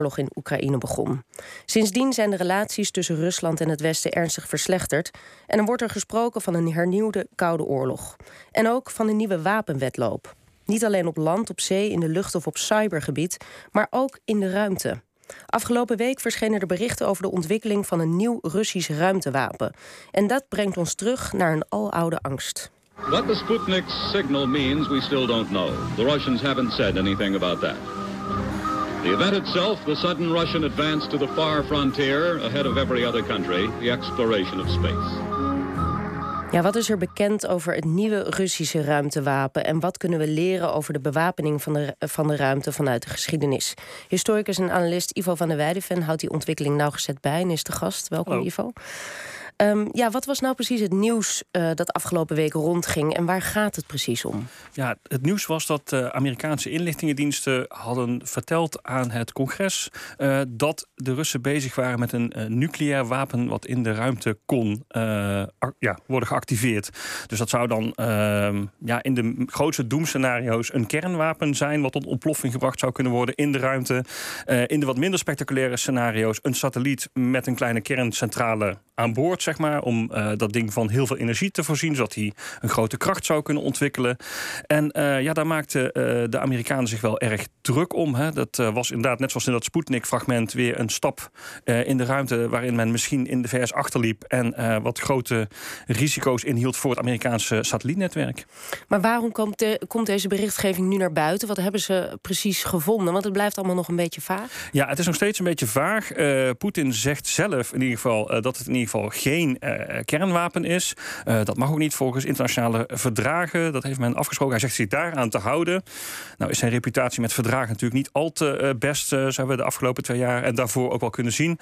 oorlog in Oekraïne begon. Sindsdien zijn de relaties tussen Rusland en het Westen ernstig verslechterd en dan wordt er gesproken van een hernieuwde Koude Oorlog. En ook van een nieuwe wapenwedloop. Niet alleen op land, op zee, in de lucht of op cybergebied, maar ook in de ruimte. Afgelopen week verschenen er berichten over de ontwikkeling van een nieuw Russisch ruimtewapen. En dat brengt ons terug naar een aloude angst. What the Sputnik signal means, we still don't know. The Russians haven't said anything about that. The event itself, the sudden Russian advance to the far frontier, ahead of every other country, the exploration of space. Ja, wat is er bekend over het nieuwe Russische ruimtewapen en wat kunnen we leren over de bewapening van de ruimte vanuit de geschiedenis? Historicus en analist Ivo van der Weideven houdt die ontwikkeling nauwgezet bij en is de gast. Welkom. Hallo. Ivo. Wat was nou precies het nieuws dat afgelopen week rondging en waar gaat het precies om? Ja, het nieuws was dat Amerikaanse inlichtingendiensten hadden verteld aan het congres dat de Russen bezig waren met een nucleair wapen wat in de ruimte kon worden geactiveerd. Dus dat zou dan in de grootste doemscenario's een kernwapen zijn wat tot ontploffing gebracht zou kunnen worden in de ruimte. In de wat minder spectaculaire scenario's een satelliet met een kleine kerncentrale aan boord, zeg maar, om dat ding van heel veel energie te voorzien, zodat hij een grote kracht zou kunnen ontwikkelen. En daar maakten de Amerikanen zich wel erg druk om. Hè. Dat was inderdaad, net zoals in dat Sputnik-fragment, weer een stap in de ruimte waarin men misschien in de VS achterliep en wat grote risico's inhield voor het Amerikaanse satellietnetwerk. Maar waarom komt deze berichtgeving nu naar buiten? Wat hebben ze precies gevonden? Want het blijft allemaal nog een beetje vaag. Ja, het is nog steeds een beetje vaag. Poetin zegt zelf in ieder geval dat het in ieder geval geen kernwapen is. Dat mag ook niet volgens internationale verdragen. Dat heeft men afgesproken. Hij zegt zich daaraan te houden. Nou is zijn reputatie met verdragen natuurlijk niet al te best, zouden we de afgelopen 2 jaar en daarvoor ook wel kunnen zien.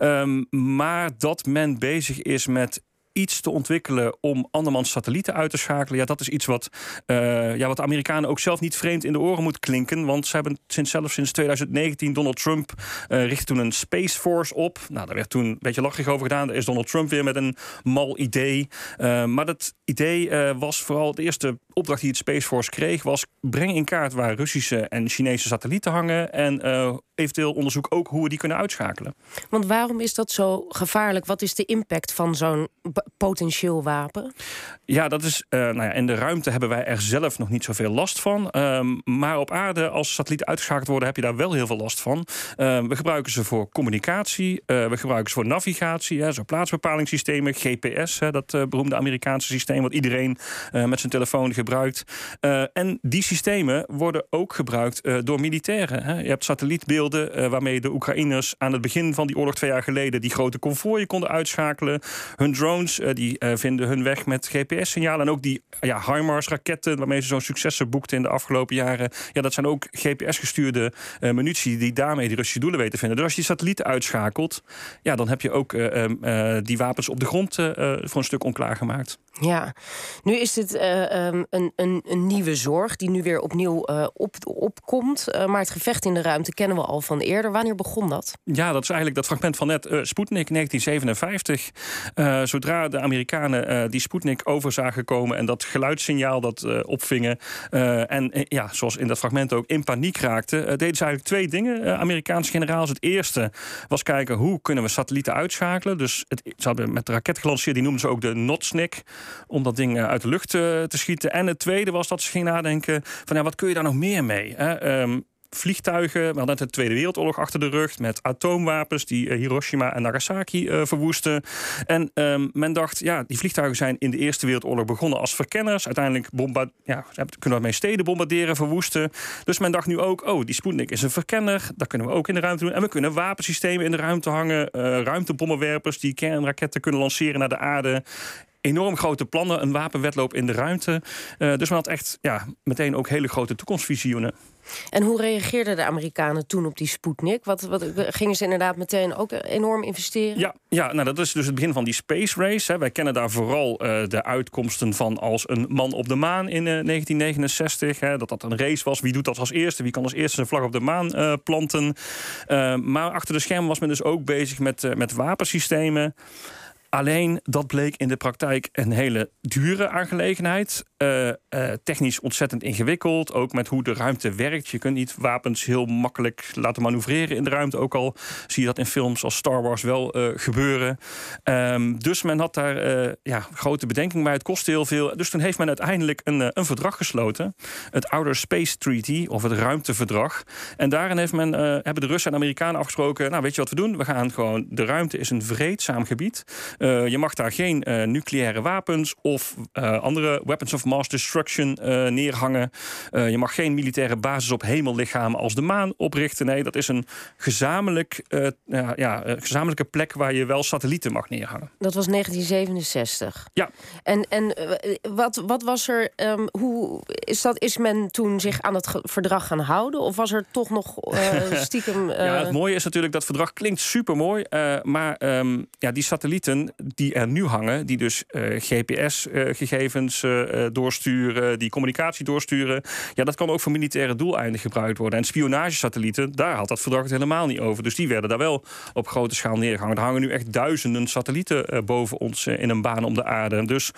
Maar dat men bezig is met iets te ontwikkelen om andermans satellieten uit te schakelen. Ja, dat is iets wat de Amerikanen ook zelf niet vreemd in de oren moet klinken. Want ze hebben sinds 2019 Donald Trump richtte toen een Space Force op. Nou, daar werd toen een beetje lachig over gedaan. Daar is Donald Trump weer met een mal idee. Maar dat idee was vooral de eerste opdracht die het Space Force kreeg, was breng in kaart waar Russische en Chinese satellieten hangen en eventueel onderzoek ook hoe we die kunnen uitschakelen. Want waarom is dat zo gevaarlijk? Wat is de impact van zo'n potentieel wapen? Ja, dat is in de ruimte hebben wij er zelf nog niet zoveel last van. Maar op aarde, als satellieten uitgeschakeld worden, heb je daar wel heel veel last van. We gebruiken ze voor communicatie, we gebruiken ze voor navigatie, zo plaatsbepalingssystemen, GPS, dat beroemde Amerikaanse systeem wat iedereen met zijn telefoon gebruikt. En die systemen worden ook gebruikt door militairen. Je hebt satellietbeelden waarmee de Oekraïners aan het begin van die oorlog 2 jaar geleden die grote konvooien konden uitschakelen. Hun drones die vinden hun weg met GPS-signalen. En ook die HIMARS-raketten waarmee ze zo'n successen boekten in de afgelopen jaren. Ja, dat zijn ook GPS-gestuurde munitie die daarmee die Russische doelen weten te vinden. Dus als je die satellieten uitschakelt, dan heb je ook die wapens op de grond voor een stuk onklaar gemaakt. Ja, nu is dit een nieuwe zorg die nu weer opnieuw opkomt. Maar het gevecht in de ruimte kennen we al van eerder. Wanneer begon dat? Ja, dat is eigenlijk dat fragment van net Sputnik 1957. Zodra de Amerikanen die Sputnik over zagen komen en dat geluidssignaal dat opvingen zoals in dat fragment ook in paniek raakten, deden ze eigenlijk 2 dingen. Amerikaanse generaals. Het eerste was kijken hoe kunnen we satellieten uitschakelen. Dus ze hadden met de raket gelanceerd, die noemden ze ook de Notsnik, om dat ding uit de lucht te schieten. En het tweede was dat ze gingen nadenken van wat kun je daar nog meer mee? Vliegtuigen, we hadden net de Tweede Wereldoorlog achter de rug met atoomwapens die Hiroshima en Nagasaki verwoesten. En men dacht, die vliegtuigen zijn in de Eerste Wereldoorlog begonnen als verkenners. Uiteindelijk kunnen we mee steden bombarderen, verwoesten. Dus men dacht nu ook, die Sputnik is een verkenner. Dat kunnen we ook in de ruimte doen. En we kunnen wapensystemen in de ruimte hangen. Ruimtebommenwerpers die kernraketten kunnen lanceren naar de aarde. Enorm grote plannen, een wapenwedloop in de ruimte. Dus men had echt meteen ook hele grote toekomstvisioenen. En hoe reageerden de Amerikanen toen op die Sputnik? Gingen ze inderdaad meteen ook enorm investeren? Ja, dat is dus het begin van die space race. Wij kennen daar vooral de uitkomsten van als een man op de maan in 1969. Dat een race was. Wie doet dat als eerste? Wie kan als eerste zijn vlag op de maan planten? Maar achter de schermen was men dus ook bezig met wapensystemen. Alleen, dat bleek in de praktijk een hele dure aangelegenheid. technisch ontzettend ingewikkeld. Ook met hoe de ruimte werkt. Je kunt niet wapens heel makkelijk laten manoeuvreren in de ruimte. Ook al zie je dat in films als Star Wars wel gebeuren. Dus men had daar grote bedenkingen bij. Het kostte heel veel. Dus toen heeft men uiteindelijk een verdrag gesloten. Het Outer Space Treaty, of het ruimteverdrag. En daarin hebben de Russen en Amerikanen afgesproken... nou, weet je wat we doen? We gaan gewoon... De ruimte is een vreedzaam gebied. Je mag daar geen nucleaire wapens of andere weapons of mass destruction neerhangen. Je mag geen militaire basis op hemellichamen als de maan oprichten. Nee, dat is een gezamenlijke plek waar je wel satellieten mag neerhangen. Dat was 1967. Ja. En wat was er... Is men toen zich aan het verdrag gaan houden? Of was er toch nog stiekem... Ja, het mooie is natuurlijk, dat verdrag klinkt supermooi. Maar die satellieten die er nu hangen... die dus GPS-gegevens doorsturen... die communicatie doorsturen... ja, dat kan ook voor militaire doeleinden gebruikt worden. En spionagesatellieten, daar had dat verdrag het helemaal niet over. Dus die werden daar wel op grote schaal neergehangen. Er hangen nu echt duizenden satellieten boven ons in een baan om de aarde. Dus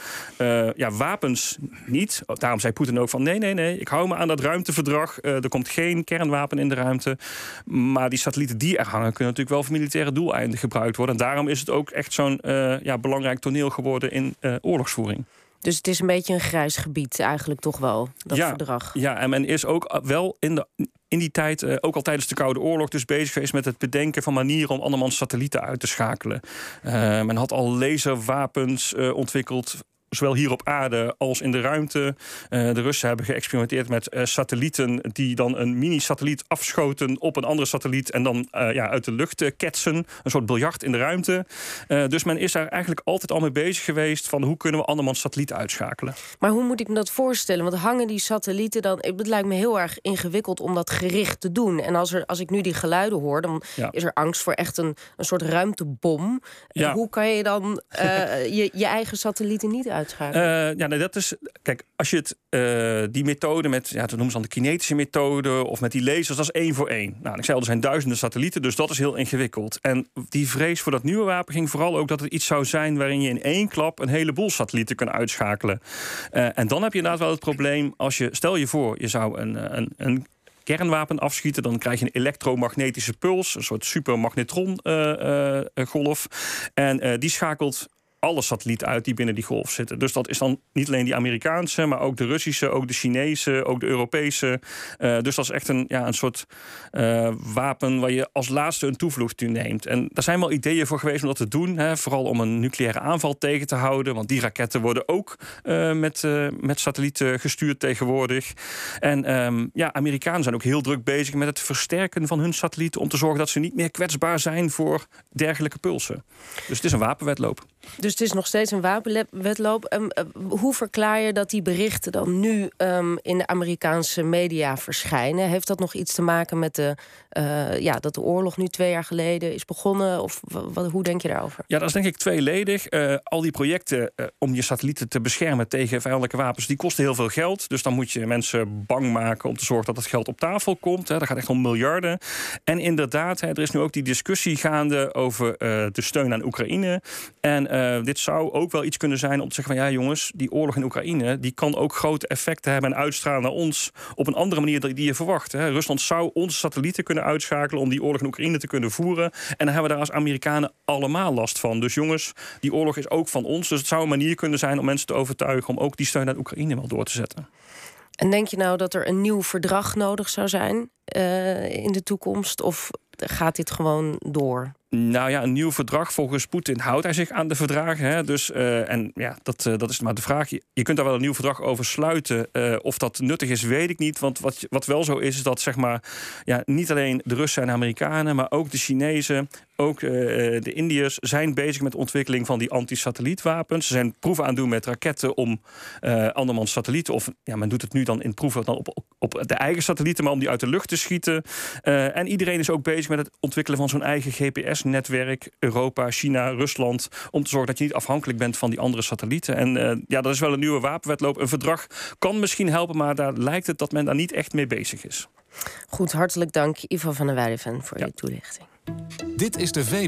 wapens niet. Daarom zei Poetin ook van nee, ik hou me aan dat ruimteverdrag. Er komt geen kernwapen in de ruimte. Maar die satellieten die er hangen... kunnen natuurlijk wel voor militaire doeleinden gebruikt worden. En daarom is het ook echt zo'n belangrijk toneel geworden in oorlogsvoering. Dus het is een beetje een grijs gebied eigenlijk toch wel, dat verdrag. Ja, en men is ook wel in die tijd, ook al tijdens de Koude Oorlog... dus bezig geweest met het bedenken van manieren... om andermans satellieten uit te schakelen. Men had al laserwapens ontwikkeld... zowel hier op aarde als in de ruimte. De Russen hebben geëxperimenteerd met satellieten... die dan een mini-satelliet afschoten op een andere satelliet... en dan uit de lucht ketsen. Een soort biljart in de ruimte. Dus men is daar eigenlijk altijd al mee bezig geweest... van hoe kunnen we andermans satellieten uitschakelen. Maar hoe moet ik me dat voorstellen? Want hangen die satellieten dan... Het lijkt me heel erg ingewikkeld om dat gericht te doen. En als ik nu die geluiden hoor... dan is er angst voor echt een soort ruimtebom. Ja. Hoe kan je dan je eigen satellieten niet uitschakelen? Dat is... Kijk, als je het die methode met... dat noemen ze dan de kinetische methode... of met die lasers, dat is 1 voor 1. Nou, ik zei al, er zijn duizenden satellieten... dus dat is heel ingewikkeld. En die vrees voor dat nieuwe wapen ging vooral ook... dat het iets zou zijn waarin je in 1 klap... een heleboel satellieten kan uitschakelen. En dan heb je inderdaad wel het probleem... stel je voor, je zou een kernwapen afschieten... dan krijg je een elektromagnetische puls... een soort supermagnetron-golf. En die schakelt alle satellieten uit die binnen die golf zitten. Dus dat is dan niet alleen die Amerikaanse... maar ook de Russische, ook de Chinese, ook de Europese. Dus dat is echt een soort wapen... waar je als laatste een toevlucht neemt. En daar zijn wel ideeën voor geweest om dat te doen. Hè, vooral om een nucleaire aanval tegen te houden. Want die raketten worden ook met satellieten gestuurd tegenwoordig. En Amerikanen zijn ook heel druk bezig... met het versterken van hun satellieten... om te zorgen dat ze niet meer kwetsbaar zijn... voor dergelijke pulsen. Dus het is een wapenwedloop. Dus het is nog steeds een wapenwedloop. Hoe verklaar je dat die berichten dan nu in de Amerikaanse media verschijnen? Heeft dat nog iets te maken met dat de oorlog nu 2 jaar geleden is begonnen? Of hoe denk je daarover? Ja, dat is denk ik tweeledig. Al die projecten om je satellieten te beschermen tegen vijandelijke wapens... die kosten heel veel geld. Dus dan moet je mensen bang maken om te zorgen dat het geld op tafel komt. Dat gaat echt om miljarden. En inderdaad, er is nu ook die discussie gaande over de steun aan Oekraïne. En dit zou ook wel iets kunnen zijn om te zeggen van... ja jongens, die oorlog in Oekraïne... die kan ook grote effecten hebben en uitstralen naar ons... op een andere manier dan die je verwacht. Hè. Rusland zou onze satellieten kunnen uitschakelen... om die oorlog in Oekraïne te kunnen voeren. En dan hebben we daar als Amerikanen allemaal last van. Dus jongens, die oorlog is ook van ons. Dus het zou een manier kunnen zijn om mensen te overtuigen... om ook die steun aan Oekraïne wel door te zetten. En denk je nou dat er een nieuw verdrag nodig zou zijn in de toekomst? Of gaat dit gewoon door? Nou ja, een nieuw verdrag. Volgens Poetin houdt hij zich aan de verdragen. Hè? Dus, dat is maar de vraag. Je kunt daar wel een nieuw verdrag over sluiten. Of dat nuttig is, weet ik niet. Want wat wel zo is dat zeg maar, niet alleen de Russen en de Amerikanen... maar ook de Chinezen, ook de Indiërs... zijn bezig met de ontwikkeling van die anti-satellietwapens. Ze zijn proeven aan het doen met raketten om andermans satellieten... of men doet het nu dan in proeven dan op de eigen satellieten... maar om die uit de lucht te schieten. En iedereen is ook bezig met het ontwikkelen van zo'n eigen GPS-netwerk. Europa, China, Rusland. Om te zorgen dat je niet afhankelijk bent van die andere satellieten. En dat is wel een nieuwe wapenwedloop. Een verdrag kan misschien helpen, maar daar lijkt het dat men daar niet echt mee bezig is. Goed, hartelijk dank Ivo van der Weyden voor je toelichting. Dit is de